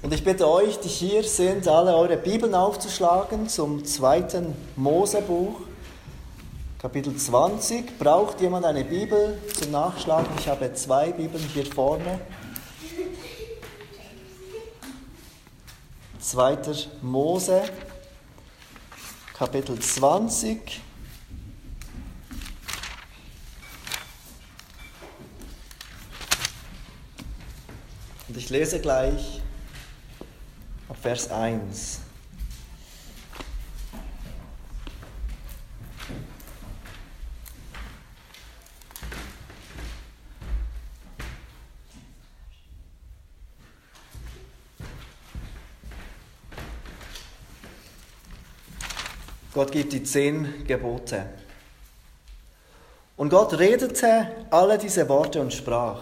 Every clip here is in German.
Und ich bitte euch, die hier sind, alle eure Bibeln aufzuschlagen zum 2. Mosebuch, Kapitel 20. Braucht jemand eine Bibel zum Nachschlagen? Ich habe 2 Bibeln hier vorne. 2. Mose, Kapitel 20. Und ich lese gleich ab Vers 1. Gott gibt die 10 Gebote. Und Gott redete alle diese Worte und sprach: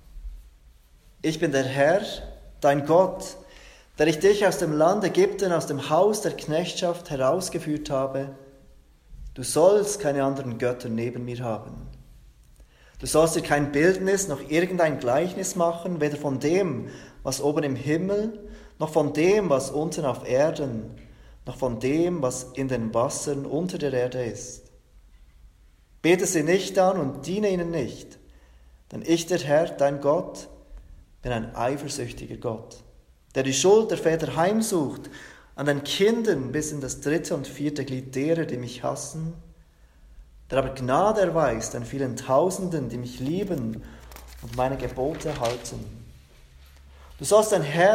Ich bin der Herr, dein Gott, der ich dich aus dem Land Ägypten, aus dem Haus der Knechtschaft herausgeführt habe. Du sollst keine anderen Götter neben mir haben. Du sollst dir kein Bildnis noch irgendein Gleichnis machen, weder von dem, was oben im Himmel, noch von dem, was unten auf Erden, noch von dem, was in den Wassern unter der Erde ist. Bete sie nicht an und diene ihnen nicht, denn ich, der Herr, dein Gott, bin ein eifersüchtiger Gott, der die Schuld der Väter heimsucht an den Kindern bis in das 3. und 4. Glied derer, die mich hassen, der aber Gnade erweist an vielen Tausenden, die mich lieben und meine Gebote halten. Du sollst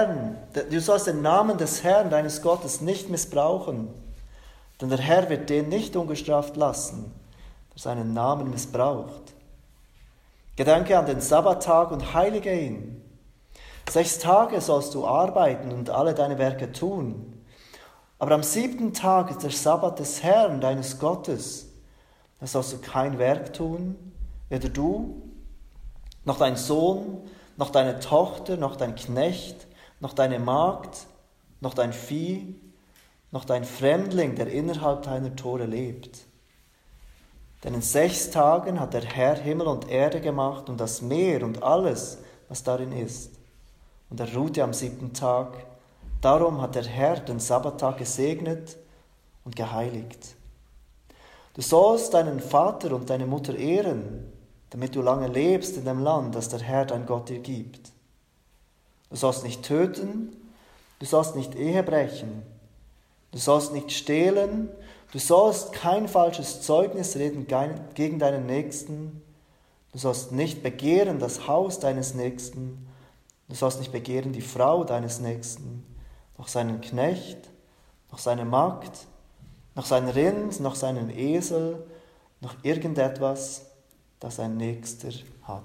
den Namen des Herrn, deines Gottes, nicht missbrauchen, denn der Herr wird den nicht ungestraft lassen, der seinen Namen missbraucht. Gedenke an den Sabbattag und heilige ihn. 6 Tage sollst du arbeiten und alle deine Werke tun. Aber am 7. Tag ist der Sabbat des Herrn, deines Gottes. Da sollst du kein Werk tun, weder du, noch dein Sohn, noch deine Tochter, noch dein Knecht, noch deine Magd, noch dein Vieh, noch dein Fremdling, der innerhalb deiner Tore lebt. Denn in 6 Tagen hat der Herr Himmel und Erde gemacht und das Meer und alles, was darin ist. Und er ruhte am 7. Tag. Darum hat der Herr den Sabbattag gesegnet und geheiligt. Du sollst deinen Vater und deine Mutter ehren, damit du lange lebst in dem Land, das der Herr dein Gott dir gibt. Du sollst nicht töten, du sollst nicht Ehe brechen, du sollst nicht stehlen, du sollst kein falsches Zeugnis reden gegen deinen Nächsten, du sollst nicht begehren das Haus deines Nächsten, du sollst nicht begehren die Frau deines Nächsten, noch seinen Knecht, noch seine Magd, noch sein Rind, noch seinen Esel, noch irgendetwas, das ein Nächster hat.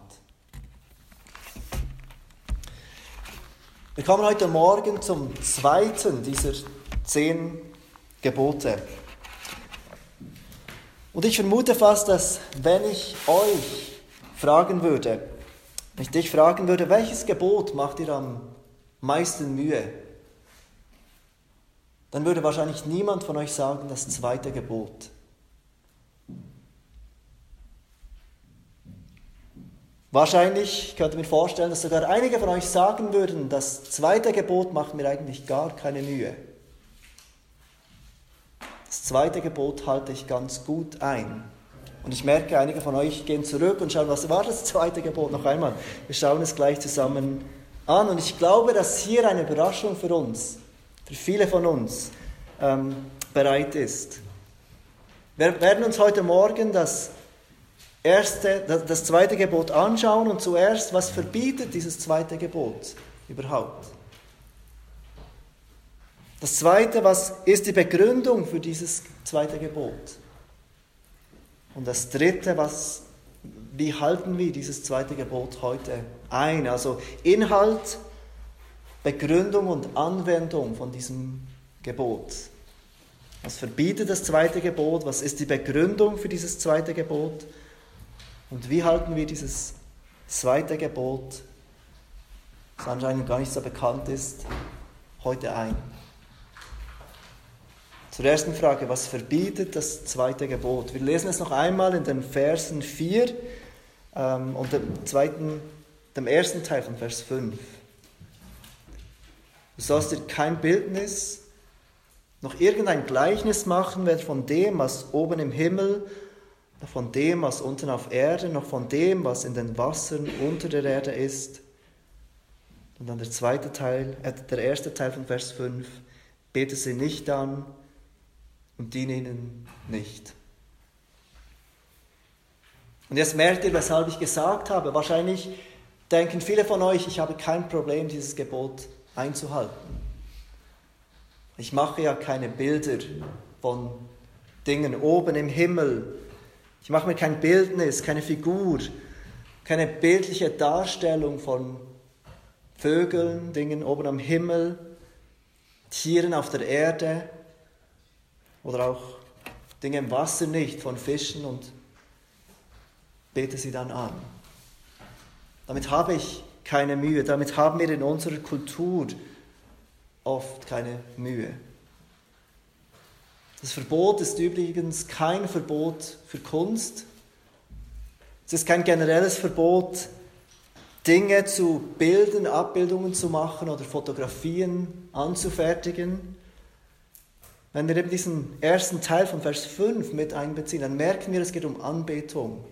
Wir kommen heute Morgen zum 2. dieser 10 Gebote. Und ich vermute fast, dass wenn ich euch fragen würde, wenn ich dich fragen würde, welches Gebot macht dir am meisten Mühe, dann würde wahrscheinlich niemand von euch sagen, das 2. Gebot. Wahrscheinlich könnte ich mir vorstellen, dass sogar einige von euch sagen würden, das 2. Gebot macht mir eigentlich gar keine Mühe. Das 2. Gebot halte ich ganz gut ein. Und ich merke, einige von euch gehen zurück und schauen, was war das 2. Gebot noch einmal. Wir schauen es gleich zusammen an. Und ich glaube, dass hier eine Überraschung für uns, für viele von uns, bereit ist. Wir werden uns heute Morgen das 2. Gebot anschauen und zuerst, was verbietet dieses 2. Gebot überhaupt? Das 2., was ist die Begründung für dieses 2. Gebot? Und das 3., wie halten wir dieses 2. Gebot heute ein? Also Inhalt, Begründung und Anwendung von diesem Gebot. Was verbietet das 2. Gebot? Was ist die Begründung für dieses 2. Gebot? Und wie halten wir dieses 2. Gebot, das anscheinend gar nicht so bekannt ist, heute ein? Zur ersten Frage, was verbietet das 2. Gebot? Wir lesen es noch einmal in den Versen 4 und dem ersten Teil von Vers 5. Du sollst dir kein Bildnis noch irgendein Gleichnis machen, weder von dem, was oben im Himmel, noch von dem, was unten auf Erde, noch von dem, was in den Wassern unter der Erde ist. Und dann der erste Teil von Vers 5, bete sie nicht an und diene ihnen nicht. Und jetzt merkt ihr, weshalb ich gesagt habe, wahrscheinlich denken viele von euch, ich habe kein Problem, dieses Gebot einzuhalten. Ich mache ja keine Bilder von Dingen oben im Himmel. Ich mache mir kein Bildnis, keine Figur, keine bildliche Darstellung von Vögeln, Dingen oben am Himmel, Tieren auf der Erde oder auch Dinge im Wasser nicht, von Fischen, und bete sie dann an. Damit habe ich keine Mühe, damit haben wir in unserer Kultur oft keine Mühe. Das Verbot ist übrigens kein Verbot für Kunst. Es ist kein generelles Verbot, Dinge zu bilden, Abbildungen zu machen oder Fotografien anzufertigen. Wenn wir eben diesen ersten Teil von Vers 5 mit einbeziehen, dann merken wir, es geht um Anbetung.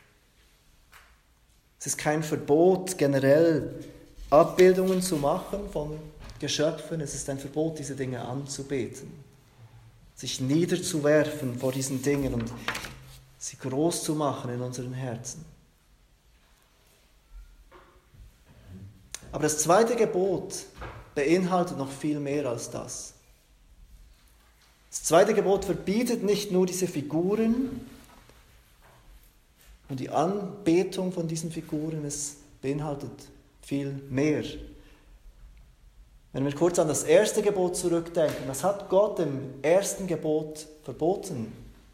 Es ist kein Verbot, generell Abbildungen zu machen von Geschöpfen. Es ist ein Verbot, diese Dinge anzubeten, sich niederzuwerfen vor diesen Dingen und sie groß zu machen in unseren Herzen. Aber das zweite Gebot beinhaltet noch viel mehr als das. Das zweite Gebot verbietet nicht nur diese Figuren und die Anbetung von diesen Figuren, es beinhaltet viel mehr. Wenn wir kurz an das erste Gebot zurückdenken, was hat Gott im ersten Gebot verboten?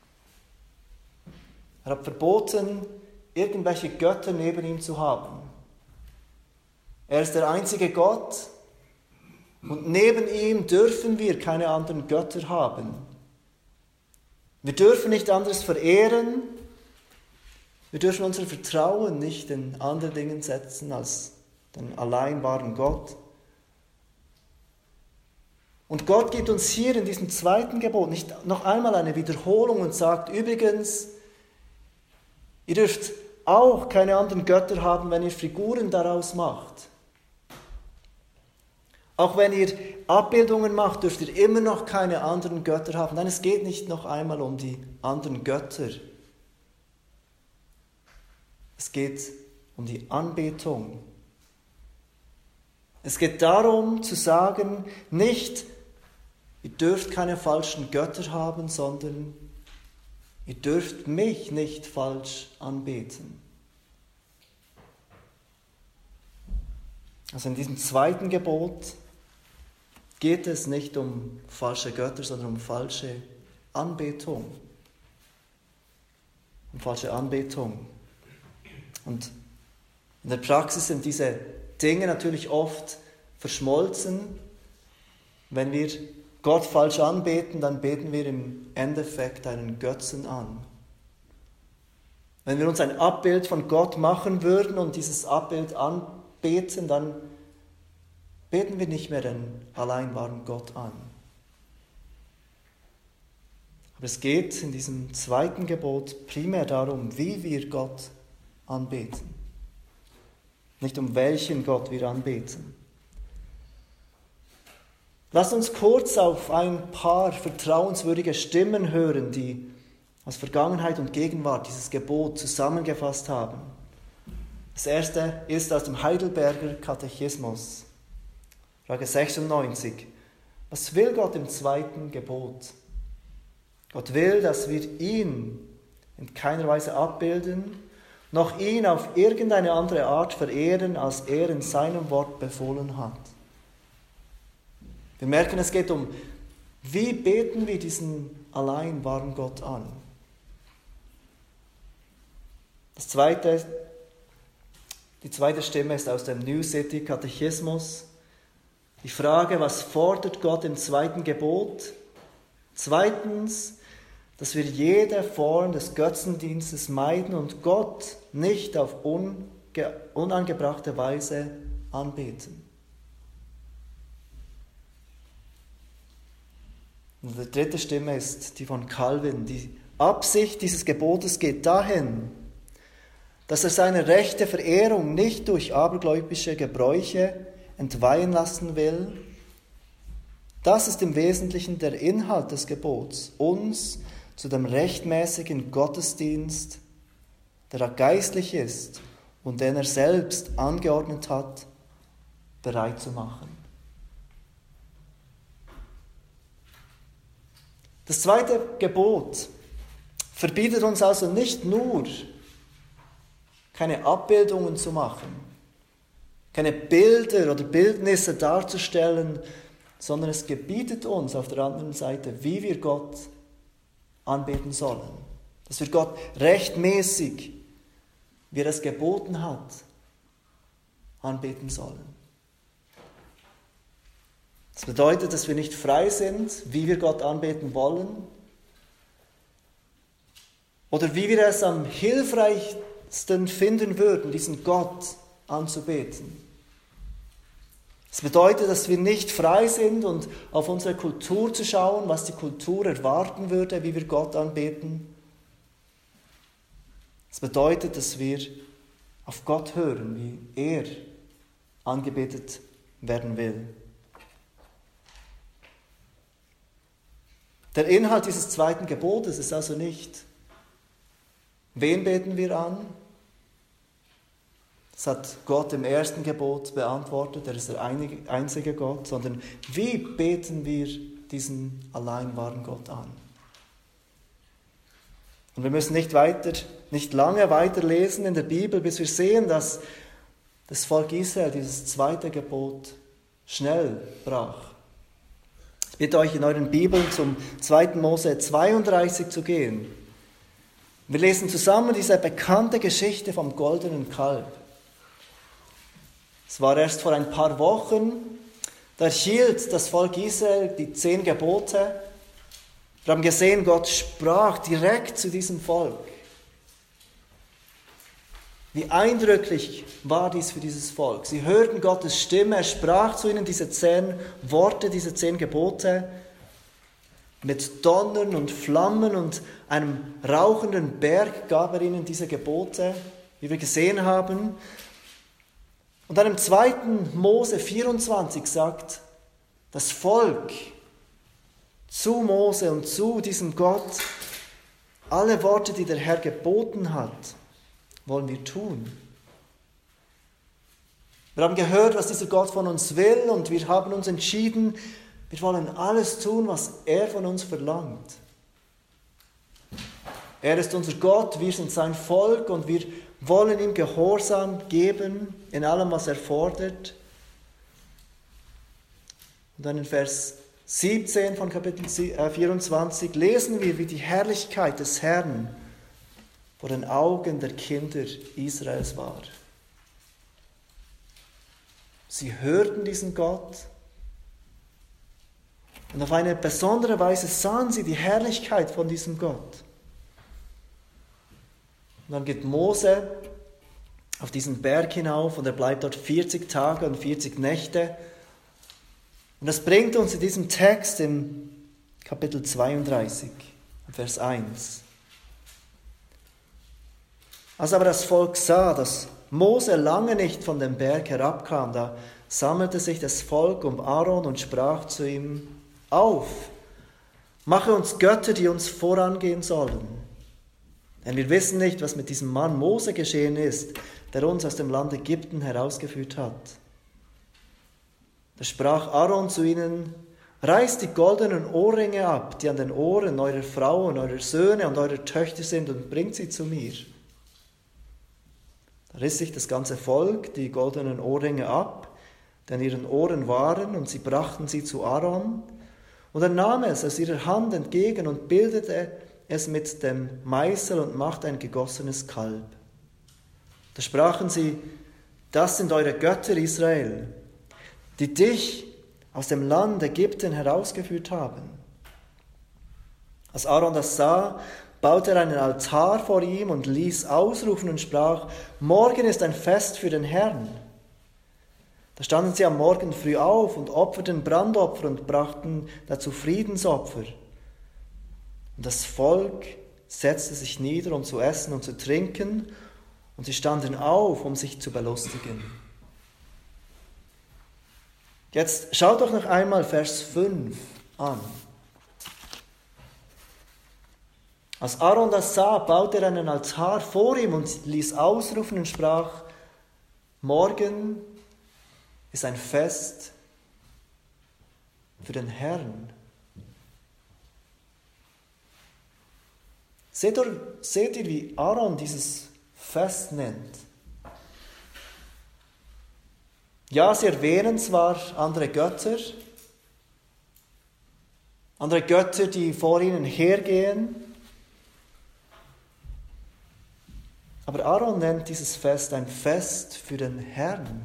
Er hat verboten, irgendwelche Götter neben ihm zu haben. Er ist der einzige Gott und neben ihm dürfen wir keine anderen Götter haben. Wir dürfen nicht anderes verehren. Wir dürfen unser Vertrauen nicht in andere Dinge setzen als den allein wahren Gott. Und Gott gibt uns hier in diesem zweiten Gebot nicht noch einmal eine Wiederholung und sagt, übrigens, ihr dürft auch keine anderen Götter haben, wenn ihr Figuren daraus macht. Auch wenn ihr Abbildungen macht, dürft ihr immer noch keine anderen Götter haben. Nein, es geht nicht noch einmal um die anderen Götter. Es geht um die Anbetung. Es geht darum zu sagen, nicht, ihr dürft keine falschen Götter haben, sondern ihr dürft mich nicht falsch anbeten. Also in diesem zweiten Gebot geht es nicht um falsche Götter, sondern um falsche Anbetung. Um falsche Anbetung. Und in der Praxis sind diese Dinge natürlich oft verschmolzen. Wenn wir Gott falsch anbeten, dann beten wir im Endeffekt einen Götzen an. Wenn wir uns ein Abbild von Gott machen würden und dieses Abbild anbeten, dann beten wir nicht mehr den allein wahren Gott an. Aber es geht in diesem zweiten Gebot primär darum, wie wir Gott anbeten. Nicht um welchen Gott wir anbeten. Lasst uns kurz auf ein paar vertrauenswürdige Stimmen hören, die aus Vergangenheit und Gegenwart dieses Gebot zusammengefasst haben. Das erste ist aus dem Heidelberger Katechismus. Frage 96. Was will Gott im zweiten Gebot? Gott will, dass wir ihn in keiner Weise abbilden, noch ihn auf irgendeine andere Art verehren, als er in seinem Wort befohlen hat. Wir merken, es geht um, wie beten wir diesen allein wahren Gott an? Die zweite Stimme ist aus dem New City Katechismus. Die Frage, was fordert Gott im zweiten Gebot? Zweitens, dass wir jede Form des Götzendienstes meiden und Gott nicht auf unangebrachte Weise anbeten. Und die dritte Stimme ist die von Calvin. Die Absicht dieses Gebotes geht dahin, dass er seine rechte Verehrung nicht durch abergläubische Gebräuche entweihen lassen will. Das ist im Wesentlichen der Inhalt des Gebots, uns zu dem rechtmäßigen Gottesdienst, der geistlich ist und den er selbst angeordnet hat, bereit zu machen. Das zweite Gebot verbietet uns also nicht nur, keine Abbildungen zu machen, keine Bilder oder Bildnisse darzustellen, sondern es gebietet uns auf der anderen Seite, wie wir Gott anbeten sollen. Dass wir Gott rechtmäßig, wie er es geboten hat, anbeten sollen. Das bedeutet, dass wir nicht frei sind, wie wir Gott anbeten wollen oder wie wir es am hilfreichsten finden würden, diesen Gott anzubeten. Das bedeutet, dass wir nicht frei sind und auf unsere Kultur zu schauen, was die Kultur erwarten würde, wie wir Gott anbeten. Das bedeutet, dass wir auf Gott hören, wie er angebetet werden will. Der Inhalt dieses zweiten Gebotes ist also nicht, wen beten wir an? Das hat Gott im ersten Gebot beantwortet, er ist der einzige Gott, sondern wie beten wir diesen allein wahren Gott an? Und wir müssen nicht lange weiter lesen in der Bibel, bis wir sehen, dass das Volk Israel dieses zweite Gebot schnell brach. Ich bitte euch in euren Bibeln zum 2. Mose 32 zu gehen. Wir lesen zusammen diese bekannte Geschichte vom goldenen Kalb. Es war erst vor ein paar Wochen, da erhielt das Volk Israel die 10 Gebote. Wir haben gesehen, Gott sprach direkt zu diesem Volk. Wie eindrücklich war dies für dieses Volk. Sie hörten Gottes Stimme, er sprach zu ihnen diese 10 Worte, diese 10 Gebote. Mit Donnern und Flammen und einem rauchenden Berg gab er ihnen diese Gebote, wie wir gesehen haben. Und dann im 2. Mose 24 sagt das Volk zu Mose und zu diesem Gott, alle Worte, die der Herr geboten hat, wollen wir tun. Wir haben gehört, was dieser Gott von uns will und wir haben uns entschieden, wir wollen alles tun, was er von uns verlangt. Er ist unser Gott, wir sind sein Volk und wir wollen ihm Gehorsam geben in allem, was er fordert. Und dann in Vers 17 von Kapitel 24 lesen wir, wie die Herrlichkeit des Herrn vor den Augen der Kinder Israels war. Sie hörten diesen Gott und auf eine besondere Weise sahen sie die Herrlichkeit von diesem Gott. Und dann geht Mose auf diesen Berg hinauf und er bleibt dort 40 Tage und 40 Nächte. Und das bringt uns in diesem Text im Kapitel 32, Vers 1. Als aber das Volk sah, dass Mose lange nicht von dem Berg herabkam, da sammelte sich das Volk um Aaron und sprach zu ihm: Auf, mache uns Götter, die uns vorangehen sollen. Denn wir wissen nicht, was mit diesem Mann Mose geschehen ist, der uns aus dem Land Ägypten herausgeführt hat. Da sprach Aaron zu ihnen: Reißt die goldenen Ohrringe ab, die an den Ohren eurer Frauen, eurer Söhne und eurer Töchter sind, und bringt sie zu mir. Da riss sich das ganze Volk die goldenen Ohrringe ab, die an ihren Ohren waren, und sie brachten sie zu Aaron. Und er nahm es aus ihrer Hand entgegen und bildete es mit dem Meißel und machte ein gegossenes Kalb. Da sprachen sie: Das sind eure Götter, Israel, die dich aus dem Land Ägypten herausgeführt haben. Als Aaron das sah, baute er einen Altar vor ihm und ließ ausrufen und sprach: Morgen ist ein Fest für den Herrn. Da standen sie am Morgen früh auf und opferten Brandopfer und brachten dazu Friedensopfer. Und das Volk setzte sich nieder, um zu essen und zu trinken, und sie standen auf, um sich zu belustigen. Jetzt schaut doch noch einmal Vers 5 an. Als Aaron das sah, baute er einen Altar vor ihm und ließ ausrufen und sprach: Morgen ist ein Fest für den Herrn. Seht ihr, wie Aaron dieses Fest nennt? Ja, sie erwähnen zwar andere Götter, die vor ihnen hergehen, aber Aaron nennt dieses Fest ein Fest für den Herrn.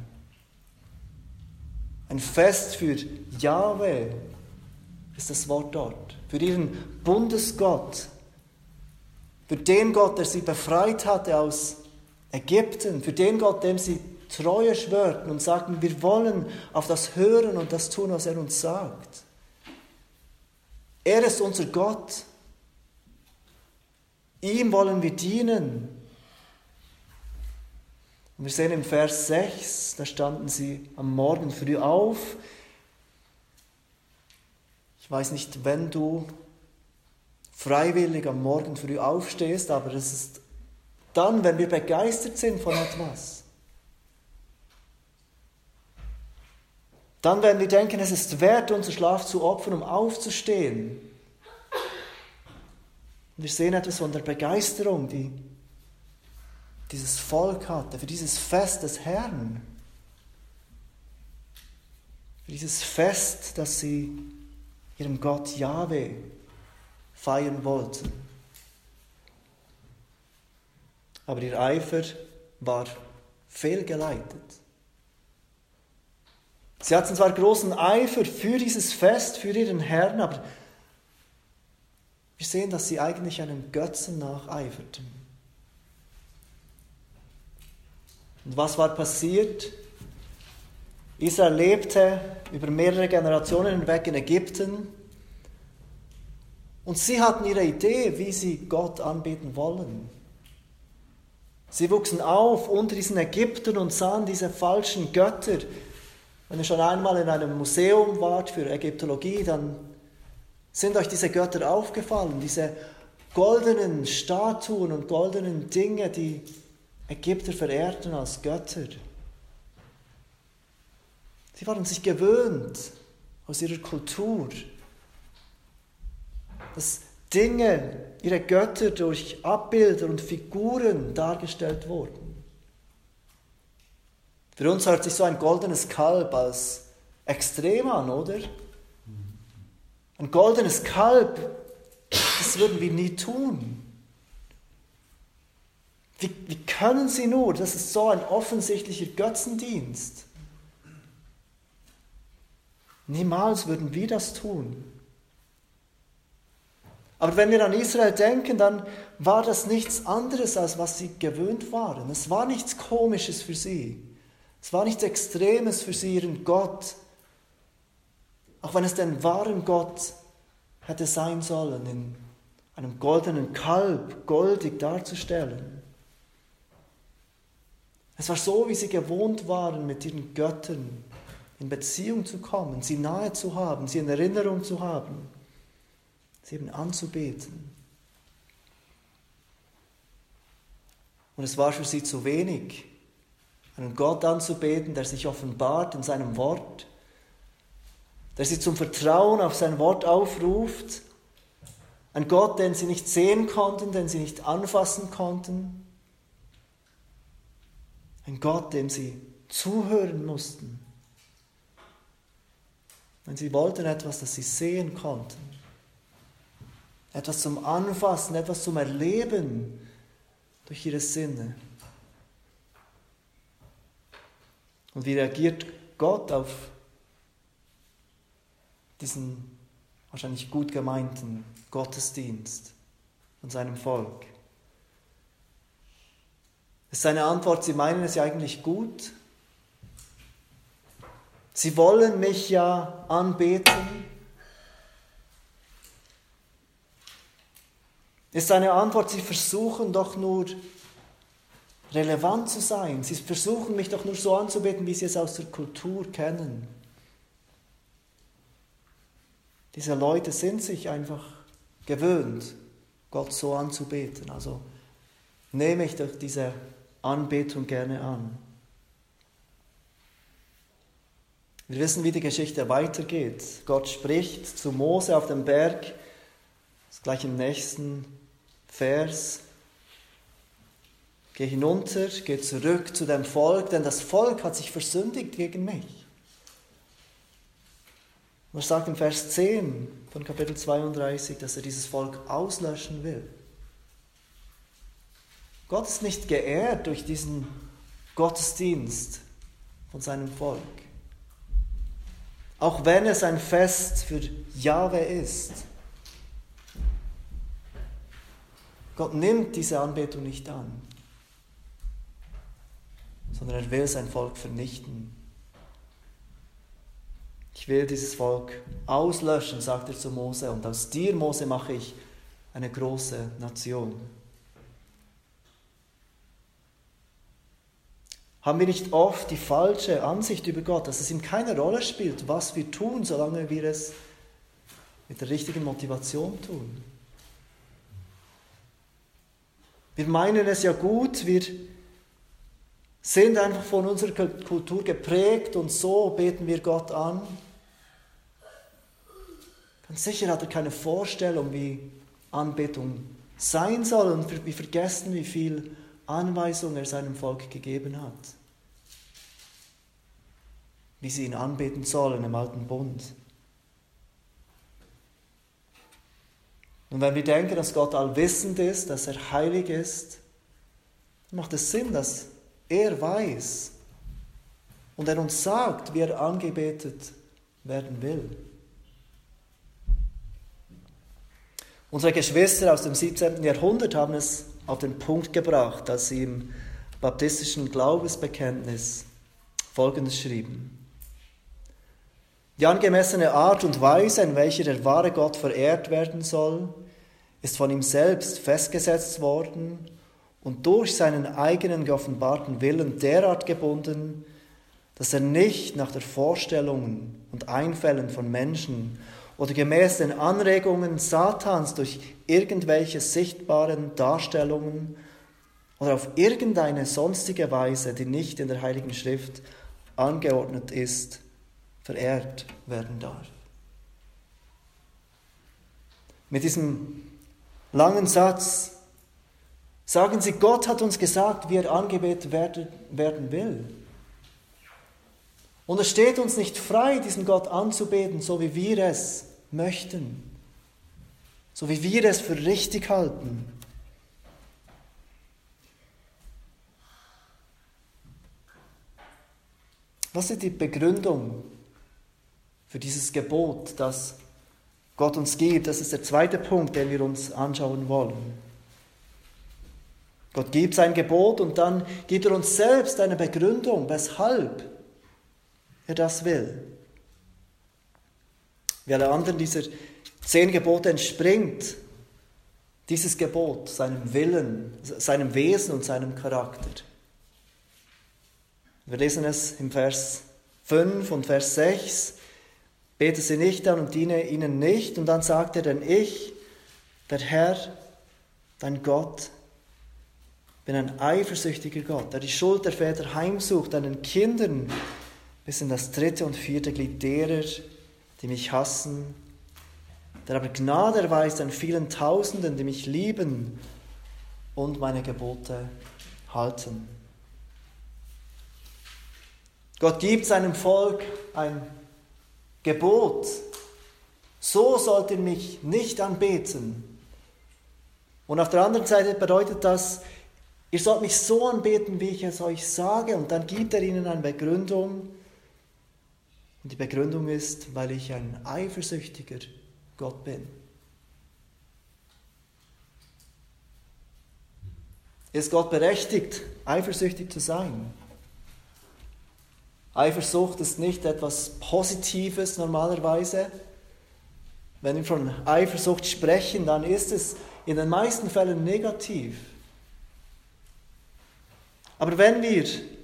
Ein Fest für Jahwe ist das Wort dort. Für ihren Bundesgott. Für den Gott, der sie befreit hatte aus Ägypten. Für den Gott, dem sie Treue schwörten und sagten, wir wollen auf das hören und das tun, was er uns sagt. Er ist unser Gott. Ihm wollen wir dienen. Und wir sehen im Vers 6, da standen sie am Morgen früh auf. Ich weiß nicht, wenn du freiwillig am Morgen früh aufstehst, aber es ist dann, wenn wir begeistert sind von etwas. Dann, wenn wir denken, es ist wert, unseren Schlaf zu opfern, um aufzustehen. Und wir sehen etwas von der Begeisterung, die dieses Volk hatte, für dieses Fest des Herrn. Für dieses Fest, das sie ihrem Gott Jahwe feiern wollten. Aber ihr Eifer war fehlgeleitet. Sie hatten zwar großen Eifer für dieses Fest, für ihren Herrn, aber wir sehen, dass sie eigentlich einem Götzen nacheiferten. Und was war passiert? Israel lebte über mehrere Generationen hinweg in Ägypten und sie hatten ihre Idee, wie sie Gott anbeten wollen. Sie wuchsen auf unter diesen Ägyptern und sahen diese falschen Götter. Wenn ihr schon einmal in einem Museum wart für Ägyptologie, dann sind euch diese Götter aufgefallen, diese goldenen Statuen und goldenen Dinge, die Ägypter verehrten als Götter. Sie waren sich gewöhnt aus ihrer Kultur, dass Dinge, ihre Götter durch Abbilder und Figuren dargestellt wurden. Für uns hört sich so ein goldenes Kalb als extrem an, oder? Ein goldenes Kalb, das würden wir nie tun. Wie können sie nur? Das ist so ein offensichtlicher Götzendienst. Niemals würden wir das tun. Aber wenn wir an Israel denken, dann war das nichts anderes, als was sie gewöhnt waren. Es war nichts Komisches für sie. Es war nichts Extremes für sie, ihren Gott, auch wenn es den wahren Gott hätte sein sollen, in einem goldenen Kalb goldig darzustellen. Es war so, wie sie gewohnt waren, mit ihren Göttern in Beziehung zu kommen, sie nahe zu haben, sie in Erinnerung zu haben, sie eben anzubeten. Und es war für sie zu wenig, einen Gott anzubeten, der sich offenbart in seinem Wort, der sie zum Vertrauen auf sein Wort aufruft, ein Gott, den sie nicht sehen konnten, den sie nicht anfassen konnten, ein Gott, dem sie zuhören mussten, wenn sie wollten etwas, das sie sehen konnten, etwas zum Anfassen, etwas zum Erleben durch ihre Sinne. Und wie reagiert Gott auf diesen wahrscheinlich gut gemeinten Gottesdienst von seinem Volk? Ist seine Antwort, sie meinen es ja eigentlich gut. Sie wollen mich ja anbeten. Ist seine Antwort, sie versuchen doch nur relevant zu sein. Sie versuchen mich doch nur so anzubeten, wie sie es aus der Kultur kennen. Diese Leute sind sich einfach gewöhnt, Gott so anzubeten. Also nehme ich doch diese Anbetung gerne an. Wir wissen, wie die Geschichte weitergeht. Gott spricht zu Mose auf dem Berg, das ist gleich im nächsten Vers. Geh hinunter, geh zurück zu dem Volk, denn das Volk hat sich versündigt gegen mich. Und er sagt im Vers 10 von Kapitel 32, dass er dieses Volk auslöschen will. Gott ist nicht geehrt durch diesen Gottesdienst von seinem Volk. Auch wenn es ein Fest für Jahwe ist. Gott nimmt diese Anbetung nicht an, sondern er will sein Volk vernichten. Ich will dieses Volk auslöschen, sagt er zu Mose, und aus dir, Mose, mache ich eine große Nation. Haben wir nicht oft die falsche Ansicht über Gott, dass es ihm keine Rolle spielt, was wir tun, solange wir es mit der richtigen Motivation tun? Wir meinen es ja gut, wir sind einfach von unserer Kultur geprägt und so beten wir Gott an. Ganz sicher hat er keine Vorstellung, wie Anbetung sein soll, und wir vergessen, wie viel Anweisung er seinem Volk gegeben hat. Wie sie ihn anbeten sollen im alten Bund. Und wenn wir denken, dass Gott allwissend ist, dass er heilig ist, dann macht es Sinn, dass er weiß und er uns sagt, wie er angebetet werden will. Unsere Geschwister aus dem 17. Jahrhundert haben es auf den Punkt gebracht, als sie im baptistischen Glaubensbekenntnis Folgendes schrieben. Die angemessene Art und Weise, in welcher der wahre Gott verehrt werden soll, ist von ihm selbst festgesetzt worden und durch seinen eigenen geoffenbarten Willen derart gebunden, dass er nicht nach den Vorstellungen und Einfällen von Menschen oder gemäß den Anregungen Satans durch irgendwelche sichtbaren Darstellungen oder auf irgendeine sonstige Weise, die nicht in der Heiligen Schrift angeordnet ist, verehrt werden darf. Mit diesem langen Satz sagen sie, Gott hat uns gesagt, wie er angebetet werden will. Und es steht uns nicht frei, diesen Gott anzubeten, so wie wir es möchten, so wie wir es für richtig halten. Was ist die Begründung für dieses Gebot, das Gott uns gibt? Das ist der zweite Punkt, den wir uns anschauen wollen. Gott gibt sein Gebot und dann gibt er uns selbst eine Begründung, weshalb er das will. Wie alle anderen dieser 10 Gebote entspringt dieses Gebot seinem Willen, seinem Wesen und seinem Charakter. Wir lesen es im Vers 5 und Vers 6. Bete sie nicht an und diene ihnen nicht. Und dann sagt er, denn ich, der Herr, dein Gott, bin ein eifersüchtiger Gott, der die Schuld der Väter heimsucht an den Kindern bis in das 3. und 4. Glied derer, die mich hassen, der aber Gnade erweist an vielen Tausenden, die mich lieben und meine Gebote halten. Gott gibt seinem Volk ein Gebot. So sollt ihr mich nicht anbeten. Und auf der anderen Seite bedeutet das, ihr sollt mich so anbeten, wie ich es euch sage. Und dann gibt er ihnen eine Begründung. Und die Begründung ist, weil ich ein eifersüchtiger Gott bin. Ist Gott berechtigt, eifersüchtig zu sein? Eifersucht ist nicht etwas Positives normalerweise. Wenn wir von Eifersucht sprechen, dann ist es in den meisten Fällen negativ. Aber wenn wir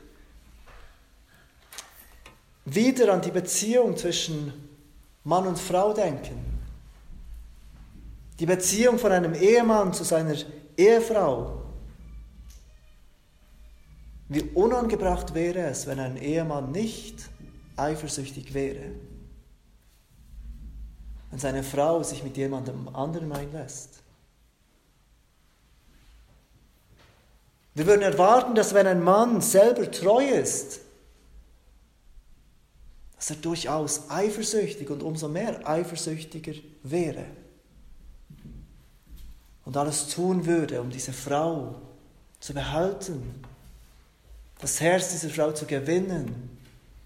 wieder an die Beziehung zwischen Mann und Frau denken, die Beziehung von einem Ehemann zu seiner Ehefrau, wie unangebracht wäre es, wenn ein Ehemann nicht eifersüchtig wäre, wenn seine Frau sich mit jemandem anderen einlässt. Wir würden erwarten, dass wenn ein Mann selber treu ist, dass er durchaus eifersüchtig und umso mehr eifersüchtiger wäre und alles tun würde, um diese Frau zu behalten, das Herz dieser Frau zu gewinnen,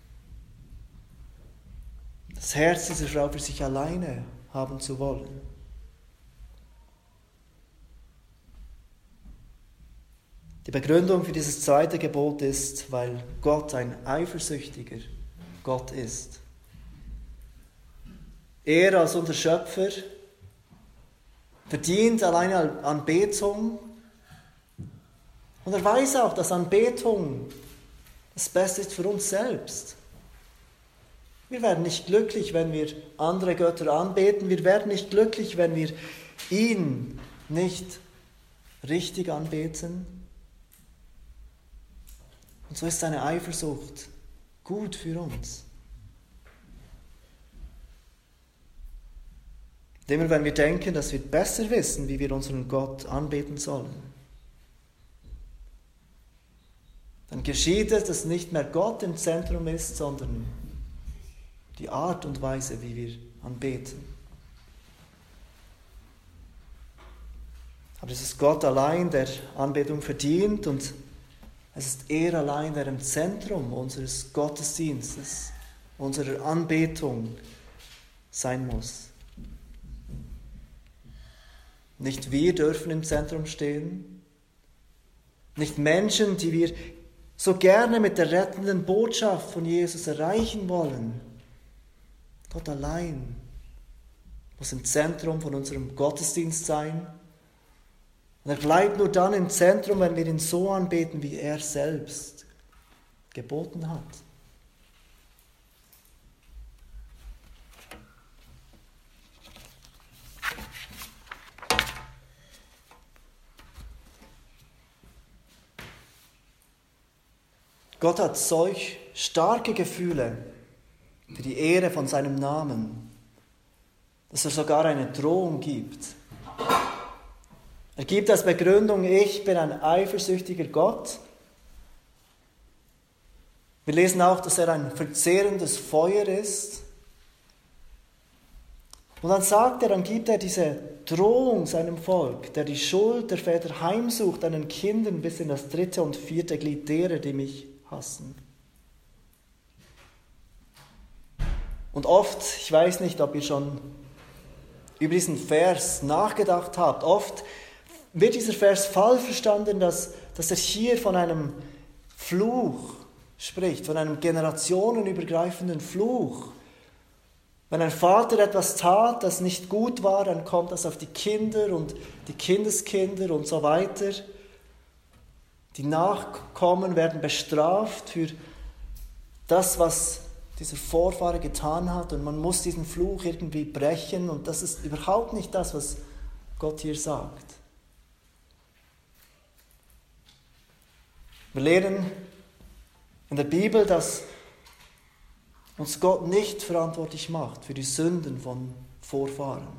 das Herz dieser Frau für sich alleine haben zu wollen. Die Begründung für dieses zweite Gebot ist, weil Gott ein eifersüchtiger Gott ist. Er als unser Schöpfer verdient alleine Anbetung und er weiß auch, dass Anbetung das Beste ist für uns selbst. Wir werden nicht glücklich, wenn wir andere Götter anbeten. Wir werden nicht glücklich, wenn wir ihn nicht richtig anbeten. Und so ist seine Eifersucht gut für uns. Immer wenn wir denken, dass wir besser wissen, wie wir unseren Gott anbeten sollen, dann geschieht es, dass nicht mehr Gott im Zentrum ist, sondern die Art und Weise, wie wir anbeten. Aber es ist Gott allein, der Anbetung verdient und es ist er allein, der im Zentrum unseres Gottesdienstes, unserer Anbetung sein muss. Nicht wir dürfen im Zentrum stehen, nicht Menschen, die wir so gerne mit der rettenden Botschaft von Jesus erreichen wollen. Gott allein muss im Zentrum von unserem Gottesdienst sein. Und er bleibt nur dann im Zentrum, wenn wir ihn so anbeten, wie er selbst geboten hat. Gott hat solch starke Gefühle für die Ehre von seinem Namen, dass er sogar eine Drohung gibt. Er gibt als Begründung, ich bin ein eifersüchtiger Gott. Wir lesen auch, dass er ein verzehrendes Feuer ist. Und dann gibt er diese Drohung seinem Volk, der die Schuld der Väter heimsucht an den Kindern bis in das 3. und 4. Glied derer, die mich hassen. Und oft, ich weiß nicht, ob ihr schon über diesen Vers nachgedacht habt, oft wird dieser Vers falsch verstanden, dass er hier von einem Fluch spricht, von einem generationenübergreifenden Fluch. Wenn ein Vater etwas tat, das nicht gut war, dann kommt das auf die Kinder und die Kindeskinder und so weiter. Die Nachkommen werden bestraft für das, was dieser Vorfahre getan hat, und man muss diesen Fluch irgendwie brechen, und das ist überhaupt nicht das, was Gott hier sagt. Wir lernen in der Bibel, dass uns Gott nicht verantwortlich macht für die Sünden von Vorfahren.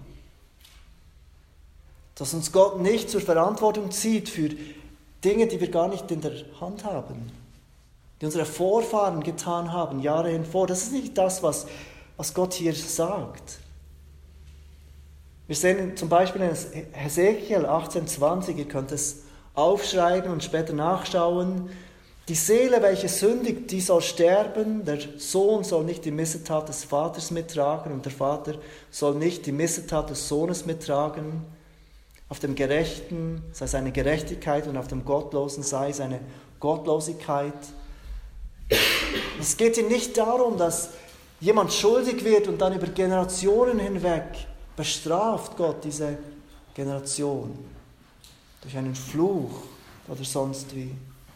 Dass uns Gott nicht zur Verantwortung zieht für Dinge, die wir gar nicht in der Hand haben, die unsere Vorfahren getan haben, Jahre hinvor. Das ist nicht das, was Gott hier sagt. Wir sehen zum Beispiel in Hesekiel 18,20, ihr könnt es aufschreiben und später nachschauen. Die Seele, welche sündigt, die soll sterben. Der Sohn soll nicht die Missetat des Vaters mittragen und der Vater soll nicht die Missetat des Sohnes mittragen. Auf dem Gerechten sei seine Gerechtigkeit und auf dem Gottlosen sei seine Gottlosigkeit. Es geht hier nicht darum, dass jemand schuldig wird und dann über Generationen hinweg bestraft Gott diese Generation durch einen Fluch oder sonst wie.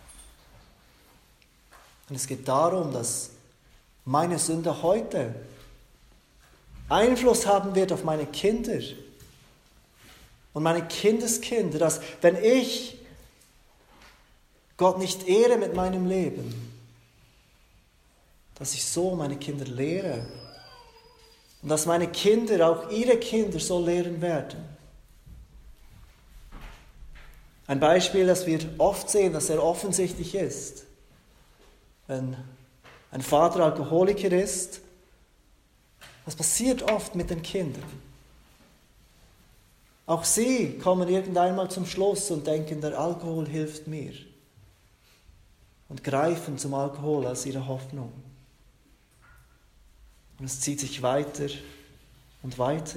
Und es geht darum, dass meine Sünde heute Einfluss haben wird auf meine Kinder und meine Kindeskinder, dass wenn ich Gott nicht ehre mit meinem Leben, dass ich so meine Kinder lehre und dass meine Kinder auch ihre Kinder so lehren werden. Ein Beispiel, das wir oft sehen, das sehr offensichtlich ist. Wenn ein Vater Alkoholiker ist, was passiert oft mit den Kindern? Auch sie kommen irgendeinmal zum Schluss und denken, der Alkohol hilft mir. Und greifen zum Alkohol als ihre Hoffnung. Und es zieht sich weiter und weiter.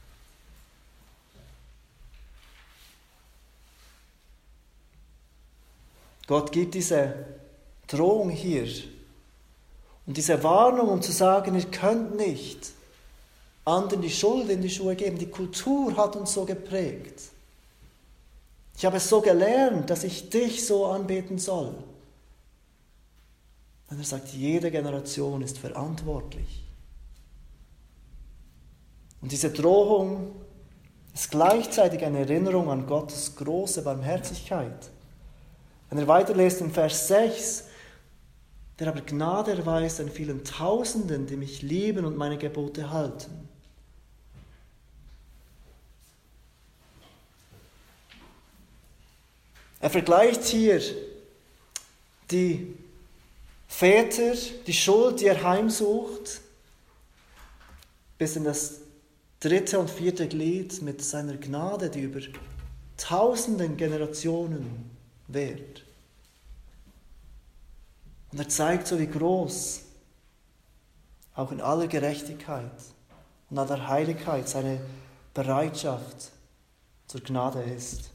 Gott gibt diese Drohung hier und diese Warnung, um zu sagen, ihr könnt nicht anderen die Schuld in die Schuhe geben. Die Kultur hat uns so geprägt. Ich habe es so gelernt, dass ich dich so anbeten soll. Und er sagt, jede Generation ist verantwortlich. Und diese Drohung ist gleichzeitig eine Erinnerung an Gottes große Barmherzigkeit. Wenn er weiterlässt in Vers 6, der aber Gnade erweist an vielen Tausenden, die mich lieben und meine Gebote halten. Er vergleicht hier die Väter, die Schuld, die er heimsucht, bis in das 3. und 4. Glied mit seiner Gnade, die über tausenden Generationen währt. Und er zeigt so, wie groß, auch in aller Gerechtigkeit und aller Heiligkeit, seine Bereitschaft zur Gnade ist.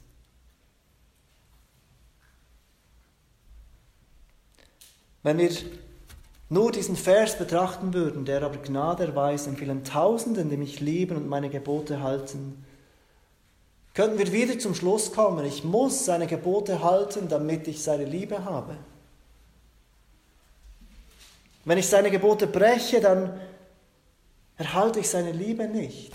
Wenn wir nur diesen Vers betrachten würden, der aber Gnade erweist an vielen Tausenden, die mich lieben und meine Gebote halten, könnten wir wieder zum Schluss kommen, ich muss seine Gebote halten, damit ich seine Liebe habe. Wenn ich seine Gebote breche, dann erhalte ich seine Liebe nicht.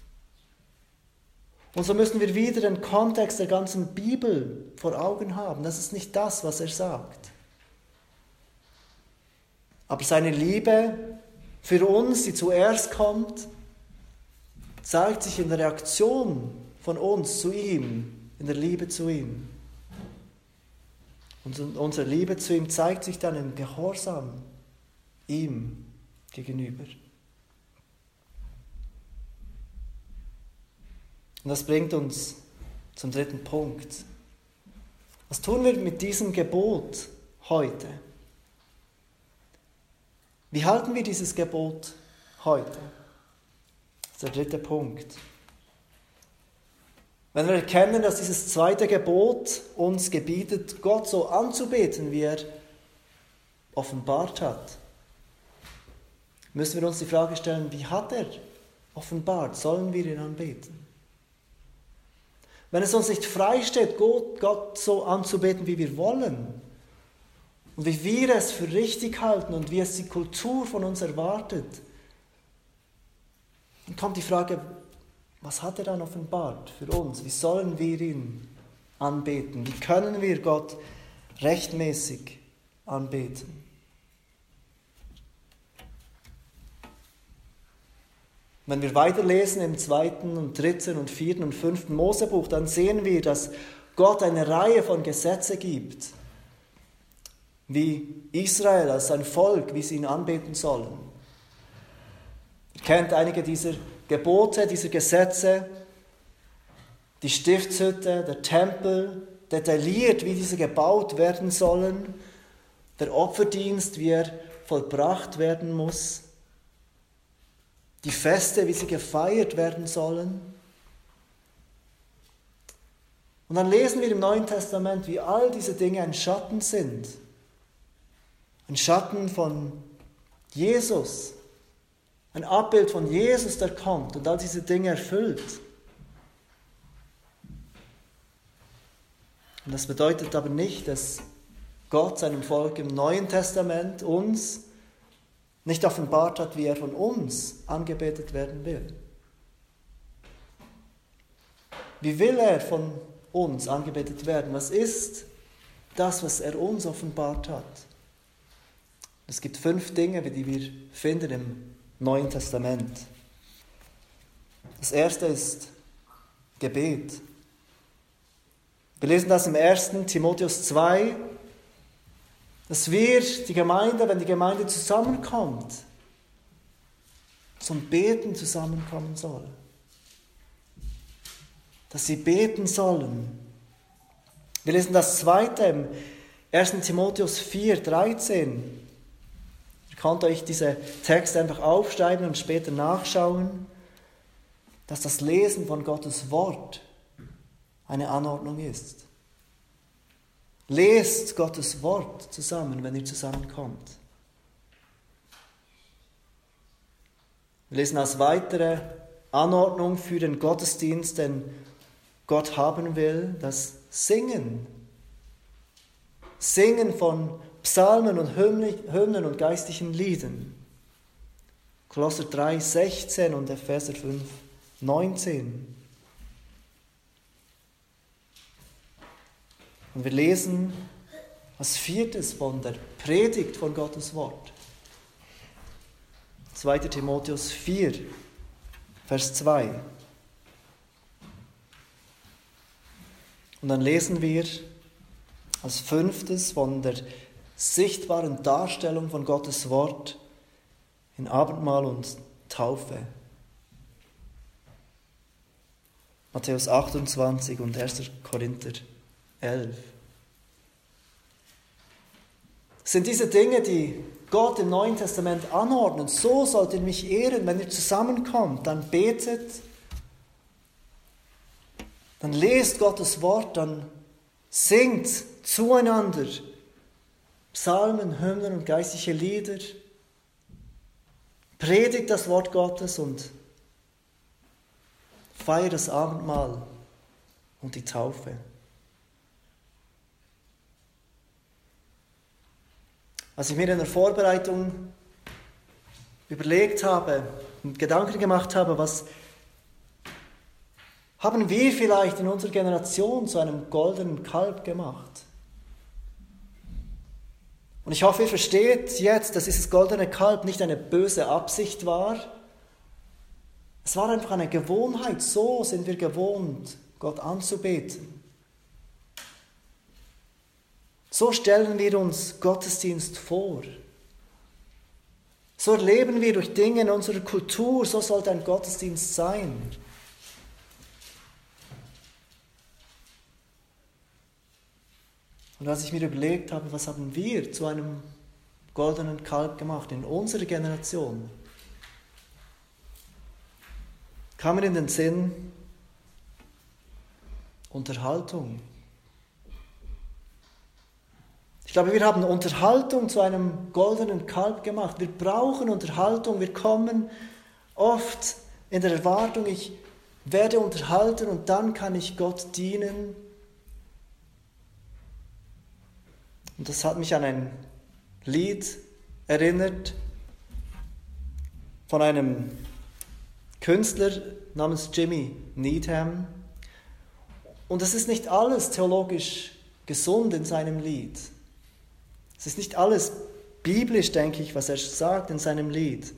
Und so müssen wir wieder den Kontext der ganzen Bibel vor Augen haben. Das ist nicht das, was er sagt. Aber seine Liebe für uns, die zuerst kommt, zeigt sich in der Reaktion von uns zu ihm, in der Liebe zu ihm. Und unsere Liebe zu ihm zeigt sich dann im Gehorsam ihm gegenüber. Und das bringt uns zum 3. Punkt. Was tun wir mit diesem Gebot heute? Wie halten wir dieses Gebot heute? Das ist der 3. Punkt. Wenn wir erkennen, dass dieses 2. Gebot uns gebietet, Gott so anzubeten, wie er offenbart hat, müssen wir uns die Frage stellen, wie hat er offenbart? Sollen wir ihn anbeten? Wenn es uns nicht freisteht, Gott so anzubeten, wie wir wollen, und wie wir es für richtig halten und wie es die Kultur von uns erwartet, dann kommt die Frage, was hat er dann offenbart für uns? Wie sollen wir ihn anbeten? Wie können wir Gott rechtmäßig anbeten? Wenn wir weiterlesen im 2. und 3. und 4. und 5. Mosebuch, dann sehen wir, dass Gott eine Reihe von Gesetzen gibt, wie Israel als sein Volk, wie sie ihn anbeten sollen. Ihr kennt einige dieser Gebote, dieser Gesetze, die Stiftshütte, der Tempel, detailliert, wie diese gebaut werden sollen, der Opferdienst, wie er vollbracht werden muss, die Feste, wie sie gefeiert werden sollen. Und dann lesen wir im Neuen Testament, wie all diese Dinge ein Schatten sind, Ein Schatten von Jesus. Ein Abbild von Jesus, der kommt und all diese Dinge erfüllt. Und das bedeutet aber nicht, dass Gott seinem Volk im Neuen Testament uns nicht offenbart hat, wie er von uns angebetet werden will. Wie will er von uns angebetet werden? Was ist das, was er uns offenbart hat? Es gibt 5 Dinge, die wir finden im Neuen Testament. Das erste ist Gebet. Wir lesen das im 1. Timotheus 2, dass wir, die Gemeinde, wenn die Gemeinde zusammenkommt, zum Beten zusammenkommen soll. Dass sie beten sollen. Wir lesen das zweite im 1. Timotheus 4, 13. Ihr könnt euch diese Texte einfach aufschreiben und später nachschauen, dass das Lesen von Gottes Wort eine Anordnung ist. Lest Gottes Wort zusammen, wenn ihr zusammenkommt. Wir lesen als weitere Anordnung für den Gottesdienst, den Gott haben will, das Singen. Singen von Psalmen und Hymnen und geistlichen Liedern. Kolosser 3, 16 und Epheser 5, 19. Und wir lesen als viertes von der Predigt von Gottes Wort. 2. Timotheus 4, Vers 2. Und dann lesen wir als fünftes von der sichtbaren Darstellung von Gottes Wort in Abendmahl und Taufe. Matthäus 28 und 1. Korinther 11. Es sind diese Dinge, die Gott im Neuen Testament anordnet. So sollt ihr mich ehren, wenn ihr zusammenkommt, dann betet, dann lest Gottes Wort, dann singt zueinander Psalmen, Hymnen und geistliche Lieder, predigt das Wort Gottes und feiert das Abendmahl und die Taufe. Als ich mir in der Vorbereitung überlegt habe und Gedanken gemacht habe, was haben wir vielleicht in unserer Generation zu einem goldenen Kalb gemacht? Und ich hoffe, ihr versteht jetzt, dass dieses goldene Kalb nicht eine böse Absicht war. Es war einfach eine Gewohnheit. So sind wir gewohnt, Gott anzubeten. So stellen wir uns Gottesdienst vor. So erleben wir durch Dinge in unserer Kultur, so sollte ein Gottesdienst sein. Und als ich mir überlegt habe, was haben wir zu einem goldenen Kalb gemacht in unserer Generation, kam mir in den Sinn Unterhaltung. Ich glaube, wir haben Unterhaltung zu einem goldenen Kalb gemacht. Wir brauchen Unterhaltung. Wir kommen oft in der Erwartung, ich werde unterhalten und dann kann ich Gott dienen. Und das hat mich an ein Lied erinnert von einem Künstler namens Jimmy Needham. Und es ist nicht alles theologisch gesund in seinem Lied. Es ist nicht alles biblisch, denke ich, was er sagt in seinem Lied.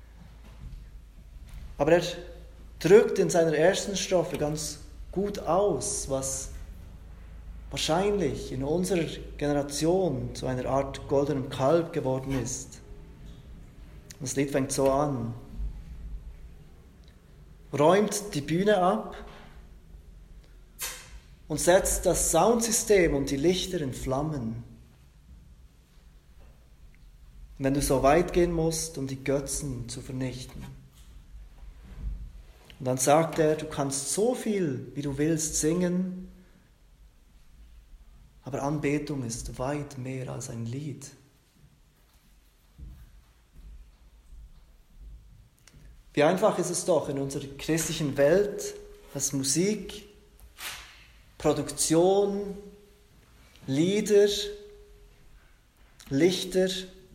Aber er drückt in seiner ersten Strophe ganz gut aus, was wahrscheinlich in unserer Generation zu einer Art goldenem Kalb geworden ist. Das Lied fängt so an. Räumt die Bühne ab und setzt das Soundsystem und die Lichter in Flammen. Wenn du so weit gehen musst, um die Götzen zu vernichten. Und dann sagt er, du kannst so viel, wie du willst, singen, aber Anbetung ist weit mehr als ein Lied. Wie einfach ist es doch in unserer christlichen Welt, dass Musik, Produktion, Lieder, Lichter,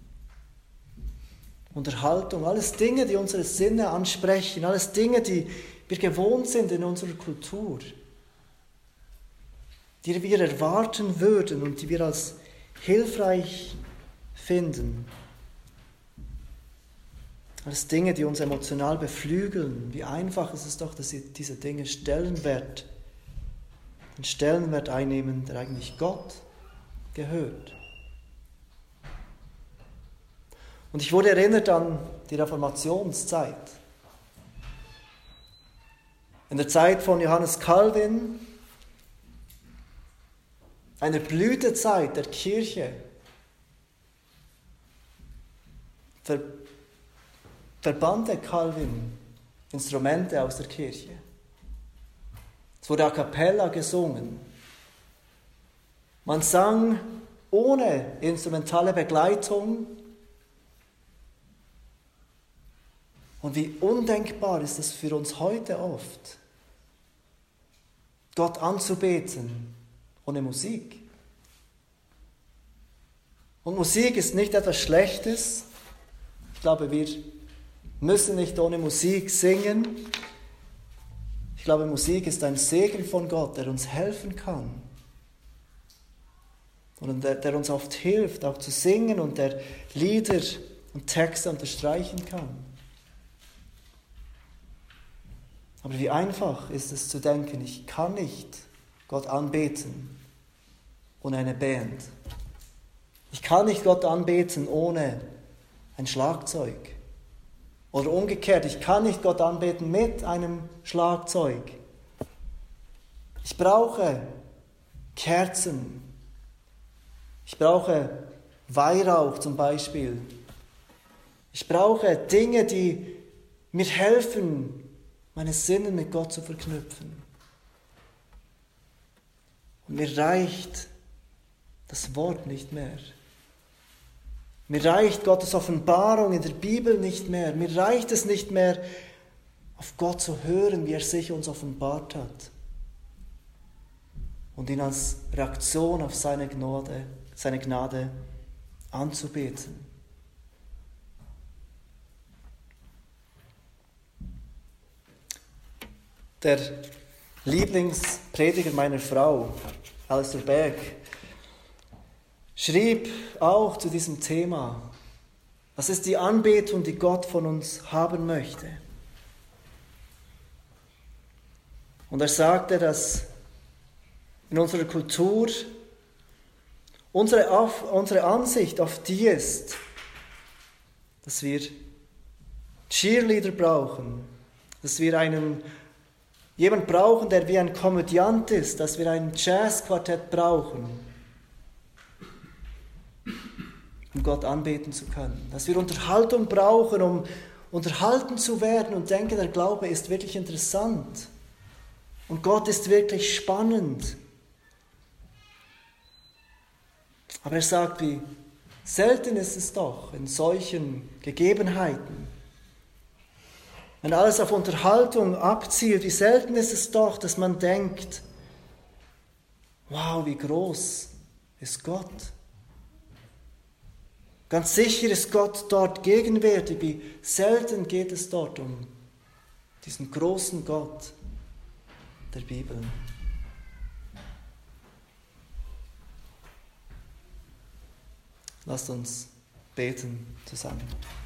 Unterhaltung, alles Dinge, die unsere Sinne ansprechen, alles Dinge, die wir gewohnt sind in unserer Kultur, die wir erwarten würden und die wir als hilfreich finden. Alles Dinge, die uns emotional beflügeln. Wie einfach ist es doch, dass diese Dinge den Stellenwert einnehmen, der eigentlich Gott gehört. Und ich wurde erinnert an die Reformationszeit. In der Zeit von Johannes Calvin, einer Blütezeit der Kirche, verbannte Calvin Instrumente aus der Kirche. Es wurde a cappella gesungen. Man sang ohne instrumentale Begleitung. Und wie undenkbar ist es für uns heute oft, Gott anzubeten ohne Musik. Und Musik ist nicht etwas Schlechtes. Ich glaube, wir müssen nicht ohne Musik singen. Ich glaube, Musik ist ein Segen von Gott, der uns helfen kann. Und der uns oft hilft, auch zu singen und der Lieder und Texte unterstreichen kann. Aber wie einfach ist es zu denken, ich kann nicht Gott anbeten ohne eine Band. Ich kann nicht Gott anbeten ohne ein Schlagzeug. Oder umgekehrt, ich kann nicht Gott anbeten mit einem Schlagzeug. Ich brauche Kerzen. Ich brauche Weihrauch zum Beispiel. Ich brauche Dinge, die mir helfen, meine Sinne mit Gott zu verknüpfen. Und mir reicht das Wort nicht mehr. Mir reicht Gottes Offenbarung in der Bibel nicht mehr. Mir reicht es nicht mehr, auf Gott zu hören, wie er sich uns offenbart hat. Und ihn als Reaktion auf seine Gnade anzubeten. Der Lieblingsprediger meiner Frau, Alistair Begg, schrieb auch zu diesem Thema, was ist die Anbetung, die Gott von uns haben möchte. Und er sagte, dass in unserer Kultur unsere Ansicht auf die ist, dass wir Cheerleader brauchen, dass wir jemand brauchen, der wie ein Komödiant ist, dass wir ein Jazzquartett brauchen, um Gott anbeten zu können. Dass wir Unterhaltung brauchen, um unterhalten zu werden und denken, der Glaube ist wirklich interessant und Gott ist wirklich spannend. Aber er sagt, wie selten ist es doch in solchen Gegebenheiten, wenn alles auf Unterhaltung abzielt, wie selten ist es doch, dass man denkt, wow, wie groß ist Gott. Ganz sicher ist Gott dort gegenwärtig, wie selten geht es dort um diesen großen Gott der Bibel. Lasst uns beten zusammen.